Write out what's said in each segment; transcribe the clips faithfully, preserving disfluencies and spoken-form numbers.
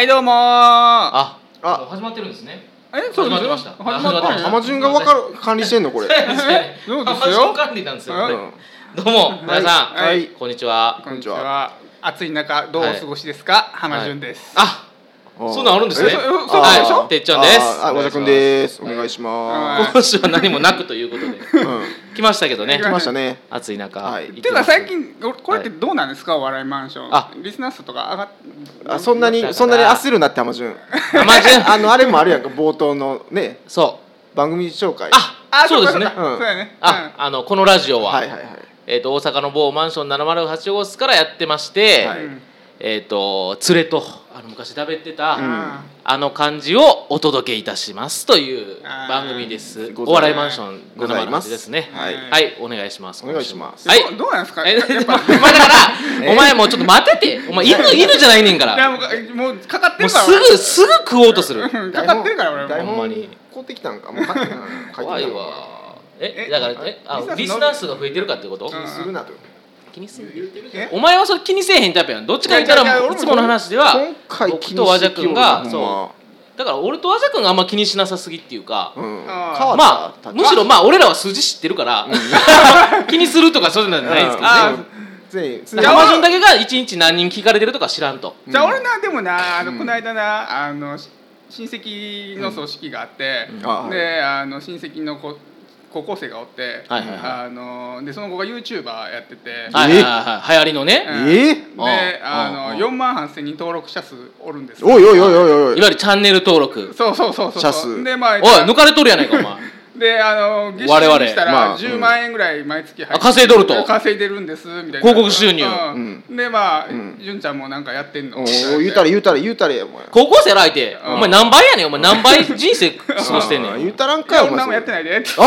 はいどうもー。 ああもう始まってるんですね。 えそうですよ。 始まってました。 始まってました。 浜順が分かる管理してんのこれ。 そうですよ。 浜順管理なんですよ、ねうんどうも皆さん、 はいはいこんにちは。 こんにちは。暑い中どうお過ごしですか、浜順です。 あそんなんあるんですね。 えそそうでしょはい、てっちゃんです。 あ、和田くんです。お願いしま今週は何もなくということです。うん来ましたけどね。 来ましたね。 暑い中。 はいていうか行ってます最近これってどうなんですか、お笑いマンション。 あリスナー数とか上がっあ、そんなにそんなに焦るなって浜順。 浜順あのあれもあるやんか、冒頭のねそう番組紹介。 ああそうですね。 そうそうだね。 ああのこのラジオは、 はいはいはい。 えー、と大阪の某マンションななまるはち号室からやってまして、 はいうんえー、と連れとあの昔食べてた、 うんあの感じをお届けいたしますというあー番組ですございますお笑いマンションございますななまるはちですねはいはいお願いしますお願いしますはいどうどうなんですか。 えやっぱお前だからお前もうちょっと待っててお前犬犬じゃないねんからいやもうもうかかってもうるからすぐすぐ食おうとするうんかかってるから俺台も。 本ほんまに買ってきたんか。もう書いてない書いてない怖いわええだからえあリリスナー数スナー数が増えてるかってことうんするなと。 気にするえお前はそれ気にせえへんタイプやんどっちか言ったいやいやいやらいつもの話では今回気に僕と和田君がほんまそうだから俺と和田君があんま気にしなさすぎっていうかうん。 あー変わったまあむしろまあ俺らは数字知ってるから気にするとかそういうのじゃないんですけどあね全員じゃあ浜順だけが一日何人聞かれてるとか知らんとじゃあ俺なでもなあのうんこの間なあのし親戚の葬式があって、 うんあはいであの親戚の子高校生がおって、 はいはいはいあのでその子が YouTuber やってて、 はいはいはい流行りのねうんえーでああのうんよんまんはっせんにん登録者数おるんですおいおいおいおいおいいわゆるチャンネル登録そうそうそうそう者数でまあおい抜かれとるやないかお前であの月我々 収にしたまあらじゅうまん円ぐらい毎月入ってあ稼いどると稼いでるんですみたいな広告収入うんでまあうん純ちゃんもなんかやってんのおい言うたれ言うたれ言うたれやお前高校生ら相手うんお前何倍やねんお前何倍人生過ごしてんねん言うたらんいかよお前や俺何もやってないでっておい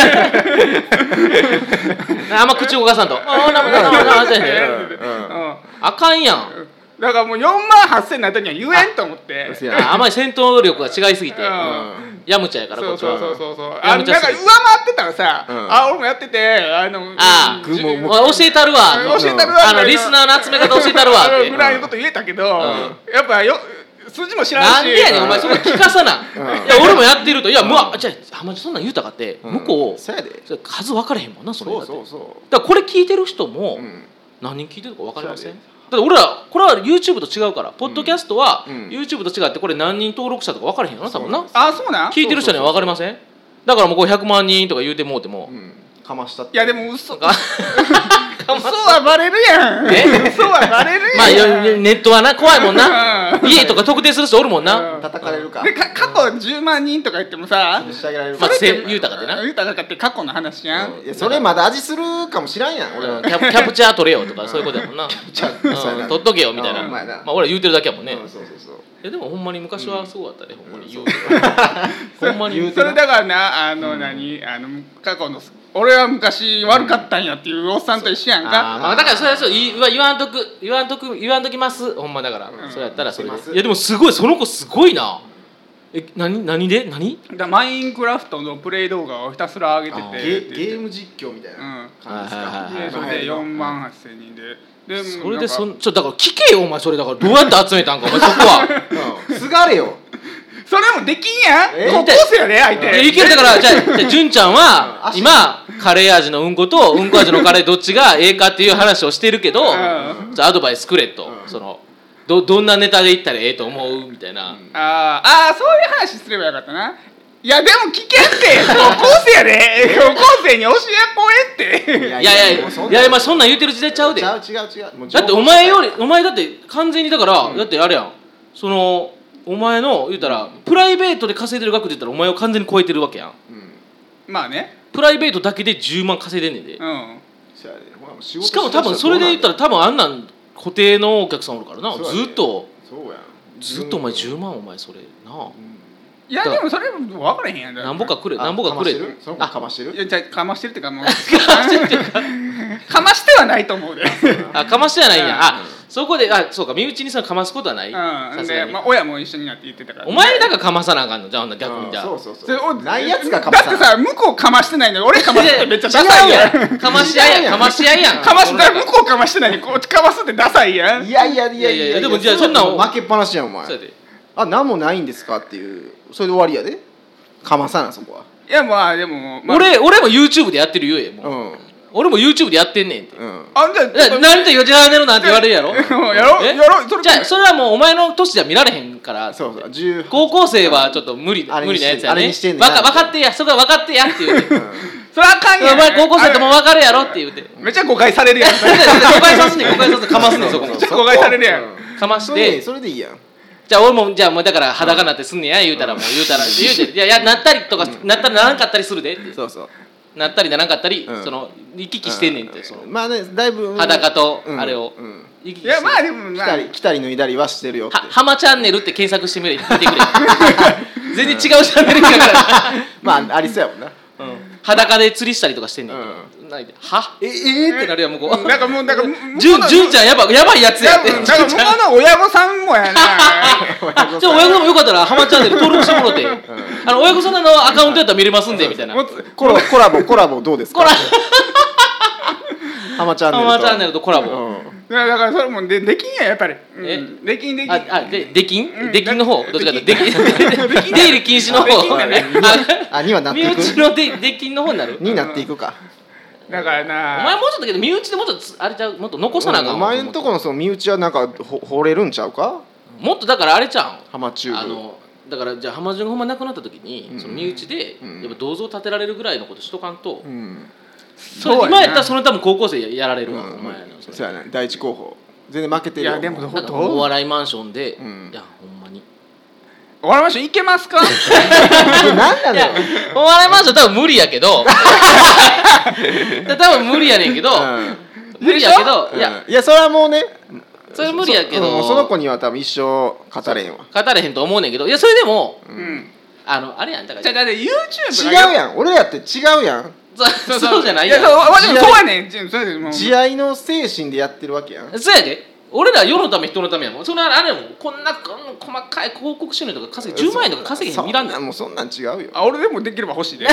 あんま口動かさんとああなんもなんもなんもせえへんうんあかんやんだからもうよんまんはっせんになったには言えんと思ってせやああんまり戦闘力が違いすぎてうんやむちゃやからそうこっちはそうそうそうそうやあなんか上回むちゃすぎってたらさ、 うんあ俺もやっててあのああうんじゅもうもおい教えたるわ教えたるわあのリスナーの集め方教えたるわあのってぐらいのこと言えたけど、 んやっぱよ数字も知らんしなんでやねんお前そこ聞かさなうんいや俺もやってるといやもうあじゃあ浜地そんなん言うたかってうん向こうそうやでそれ数分かれへんもんなそれそうだってそうそだからこれ聞いてる人もううん何人聞いてるか分かりませんそうやだって俺らこれは YouTube と違うからポッドキャストはうん YouTube と違ってこれ何人登録者とか分かれへんよな多分なあそうなん聞いてる人には分かりませんだからもうこうひゃくまん人とか言うてもうてもうんかましたっていやでも嘘嘘あはバレるやんえ嘘はバレるやんまあよネットはな怖いもんなうん家とか特定する人おるもんなうん叩かれるかでか過去じゅうまんにんとか言ってもさしてあげられるまあかせ言うたかってな言うたかって過去の話やん、 いやそれまだ味するかもしらんやん俺はうんキャプキャプチャー取れよとかそういうことやもんなちゃうそうやうんな取っとけよみたいなまうんお前なあ俺ら言うてるだけやもんねうんそうそうそういやでもほんまに昔はすごかったねほんまに言ううんほんまに言うそれだからなあの、何あの過去の俺は昔悪かったんやっていうおっさんと一緒やんあーか、 まあだからそれはそう言い言わんとく言わんとく言わんときますほんまだから、 うんそれやったらそれでしますいやでもすごいその子すごいなえ何何で何だからマインクラフトのプレイ動画をひたすら上げててゲゲーム実況みたいなうん感じですかはいはいはいでそれでよんまんはっせんにんででそれでそなんかんちょだから聞けよお前それだからどうやって集めたんかお前そこはうんすがれよそれもできんやんえ高校生やで相いや手いけるだからじゃあじゃあ純ちゃんは足今カレー味のうんことうんこ味のカレーどっちがええかっていう話をしてるけどんじゃあアドバイスくれとうんそのどどんなネタでいったらええと思うみたいなうんあーあーそういう話すればよかったないやでも聞けって高校生やで高校生に教えこえっていいやいやいもうそんやいやまあそんなん言うてる時代ちゃうでちゃう違う違うもうだってお前よりお前だって完全にだから、だってあれやんそのお前の言うたらプライベートで稼いでる額で言ったらお前を完全に超えてるわけやんうんまあねプライベートだけでじゅうまん稼いでんねんで、 うんそうやでほらもう仕事しかも多分それで言ったら多分あんなん固定のお客さんおるからな、 そうやねずっとそうやんずっとお前じゅうまんお前それなあいやでもそれ分からへんやんだってなんぼかくれあなんぼかくれかましてるその子かましてるいやじゃあかましてるっていうかもうかましてはないと思うであかましてはないんや、 うんあそこであそうか身内にさかますことはない、 うんさすがに、 でまあ親も一緒になって言ってたからお前だからかまさなあかんのじゃあほんなら逆にじゃあ、 そうそうそそれおうないやつがかまさだってさ向こうかましてないのに俺かますってめっちゃダサいやんかまし合いやんかまし合いやんかましだ向こうかましてないのにこっちかますってダサいやんいやいやいいやいややいやでもじゃあそんなん負けっぱなしやんお前そうやであ何もないんですかっていうそれで終わりやでかまさなそこは。 いやまあでも、まあ、 俺俺も YouTube でやってる言えもう、 うん俺も YouTube でやってんねんって、 うんあじゃあえなんでよじチャンネルなんて言われるやろやろえやろそれじゃあそれはもうお前の年じゃ見られへんからそうそうじゅう高校生はちょっと無理あれにして無理なやつやねあれにしてんねんなわか分かってやそこは分かってやって言うてそれあかんやんお前高校生とも分かるやろって言うてめっちゃ誤解されるやん誤解さすねん誤解さすねんかますねんそこもめっちゃ誤解されるやんかましそれてそれでいいやん。 じゃあ俺もじゃあもうだから裸になってすんねや言うたらもう言うたら言うていやいやなったりとかなったりならんかったりするでってそうそうなったりならんかったりうんその行き来してんねんってそのまあねだいぶ裸とうんあれをうん行き来していやまあでもまあ来たり来たり脱いだりはしてるよっては浜チャンネルって検索してみれ見てくれ全然違うチャンネルやからまあありそうやもんな。 裸で釣りしたりとかしてんねん、 うないではええー、ってなるやんもうこうなんかもうなんかじゅんじゅんちゃんやばやばいやつやってなんか向こうの親御さんもやなじゃあ親御さんもよかったら浜チャンネル登録してもろて、あの親御さんのアカウントやったら見れますんでみたいなもうコラコラボコラボどうですか。 こら浜チャンネルと浜チャンネルとコラボ、 うんいやだからそれもでできんややっぱりうんえできんできんああで出禁うん出禁の方どっちかというと出禁できん出入り禁止のできん方だねあにはなっていく身内の出出禁の方になるになっていくか。 だからなお前もうちょっとだけど身内でもうちょっとつあれちゃうもっと残さなあかんおわ前んとこのその身内はなんかほ惚れるんちゃうか。 もっとだからあれちゃうん浜チューブあのだからじゃあ浜順がほんま亡くなった時に、 うんその身内で、 うんやっぱ銅像建てられるぐらいのことしとかんと、 うんそれそうやな今やったらその多分高校生やられるわ、 うんお前のそれそうやね第一候補全然負けてるよ。 いやでもなんかお笑いマンションで、 うんいやほんまにお笑いましょういけますか何なのよ。 お笑いマンション多分無理やけど多分無理やねんけど、 うん無理やけど、いやうんいやそれはもうねそれ無理やけどそ,、うん、その子には多分一生語れんわ。 語れへんと思うねんけどいやそれでもうんあのあれやんだからじゃあだって YouTube 違うやん俺らって違うやん。 そそうじゃないやんいやそうわでもそうやねんそれでもう慈愛の精神でやってるわけやん。 そうやで俺ら世のため人のためやもんそれあれやもんこんなこん細かい広告収入とか稼ぎじゅうまん円とか稼ぎへんいらんねんもうそんなん違うよ。 あ俺でもできれば欲しいで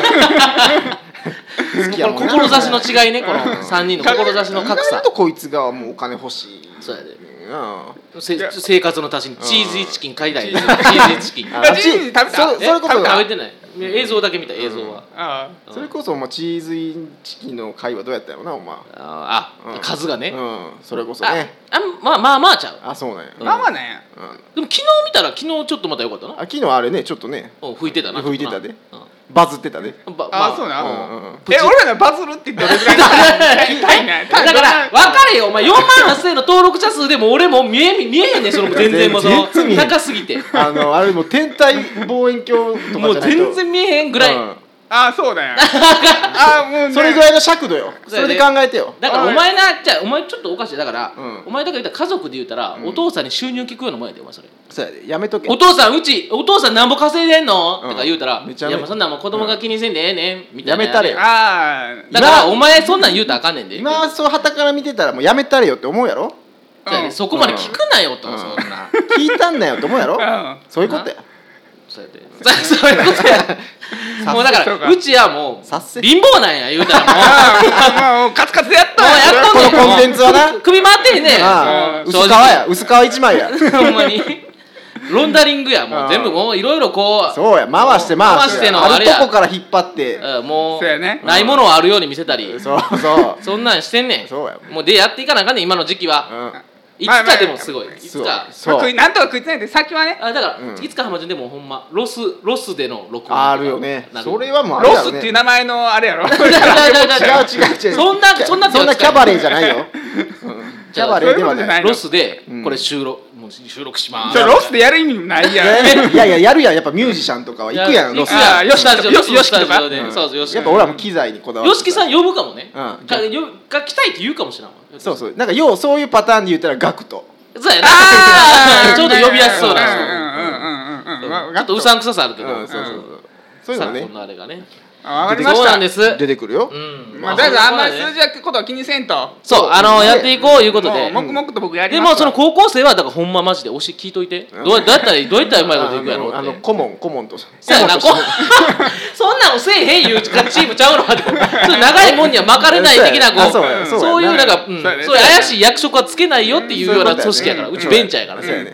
好きやもんな。 志の違いねこのさんにんの志の格差意外とこいつがもうお金欲しい。 そうやでうんせ生活の足しにチーズイチキン買いたいチーズイチキンあチーズ食べたそそれこそ食べてない映像だけ見た映像は、 あうんそれこそまあチーズインチキンの会話どうやったよなお前。 ああ、 うん数がね、 うんそれこそあね。 あまあまあまあちゃうあそうなんや。 あまあまあなんやうんでも昨日見たら昨日ちょっとまた良かったなあ昨日あれねちょっとねうん吹いてたな吹いてたでちょっとなバズってたで。 うんばあそうなうんうんうんえ俺らのバズるってどれぐらい高いねだから分かれよお前よんまんはっせんの登録者数でも俺も見え見えへんねんその全然もうその全然見えへん高すぎてあのあれもう天体望遠鏡ともうかじゃないと全然見えへんぐらい、 うんあそうだよあもうねそれぐらいの尺度よそれで考えてよ。 だからお前なじゃあお前ちょっとおかしいだから、 うんお前だから言ったら家族で言ったら、 うんお父さんに収入聞くようなもんやでお前それそうやでやめとけ。 お父さんうちお父さんなんぼ稼いでんの、 うんとか言うたらめちゃめちゃいやもうそんなんもう子供が気にせんでええねんみたいなやめたれよあだからお前そんなん言うたらあかんねんで今そう旗から見てたらもうやめたれよって思うやろ。 そうやでうんそこまで聞くなよと、 うんそんな聞いたんだよって思うやろうんそういうことや。 そうやでそういうことやもうだからそうかうちはもうさっせ貧乏なんや言うたらもうあもうカツカツでやったもうやっとんねんこのコンテンツはなもう首回ってへんねんああうん薄皮や薄皮一枚や。 ほんまにロンダリングやもう全部もういろいろこうそうや回して回して回してのああるれやとこから引っ張ってうんもそうやねないものはあるように見せたりそうそそんなんしてんねんそうやもうでやっていかなあかんねん今の時期はううんいつかでもすごいいつかそう食いなんとか食いつないで先はねあだから、 うんいつか浜順でもほんまロスロスでの録音あるよねなるそれはもうあれロやろねスっていう名前のあれやろだからだからだから違う違う違うそんなそんなそんなキャバレーじゃないようんキャバレーではないいそういうことじゃなのロスでうんこれ収録、もう収録しまそすれロスでやる意味もないやんいやいややるやんやっぱミュージシャンとかは行くやんロス行くやんあーよしスタジオよしよしスタジオとかで、 うんそうそうよしやっぱ俺らも機材にこだわってよしきさん呼ぶかもね、 うんかよが来たいって言うかもしれんわそうそうなんかようそういうパターンで言ったらガクトそうやなあーちょうど呼びやすそうなうんうんうんうんうんちょっとうさんくささあるけど、 うんそうそうそうそういうのね昨今のあれがねあわかりましたそうなんです出てくるようんまあだからあんまりそう数字やことは気にせんとそうあのやっていこういうことでもう黙々と僕やりでますもその高校生はだからほんまマジで推し聞いといてうんどうどうやったらどうやったらうまいこといくやろうってあのあの顧問顧問とそうやなこそんなんをせえへんいうチームちゃうのかってちょっと長いもんには巻かれない的なこうそうやそういうなんかうんそうやねそういう怪しい役職はつけないよっていうような組織やからうちベンチャーやからそうやねそ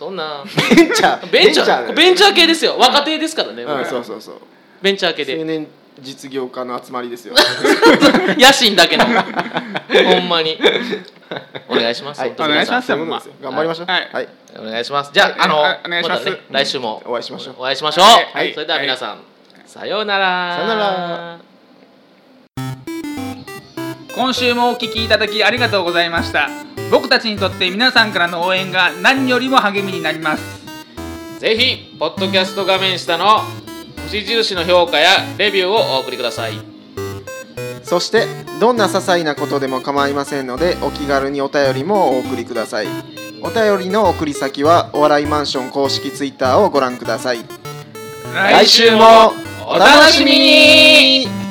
そんなベンチャーベンチャーベンチャーベンチャー系ですよ。若手ですからね、 うん、 僕そうそうそうベンチャー系で青年実業家の集まりですよ野心だけのほんまにお願いします、 はい、 本当に皆さんお願いしますそういうことですよ頑張りましょうはいはい、 お願いします。じゃあ、あのはいお願いしますたね、来週もお会いしましょうお会いしましょう、 はいそれでは皆さん、さようならさようなら。 今週もお聞きいただきありがとうございました。僕たちにとって皆さんからの応援が何よりも励みになります。 ぜひポッドキャスト画面下の星印の評価やレビューをお送りください。 そしてどんな些細なことでも構いませんのでお気軽にお便りもお送りください。お便りの送り先はお笑いマンション公式ツイッターをご覧ください。 来週もお楽しみに。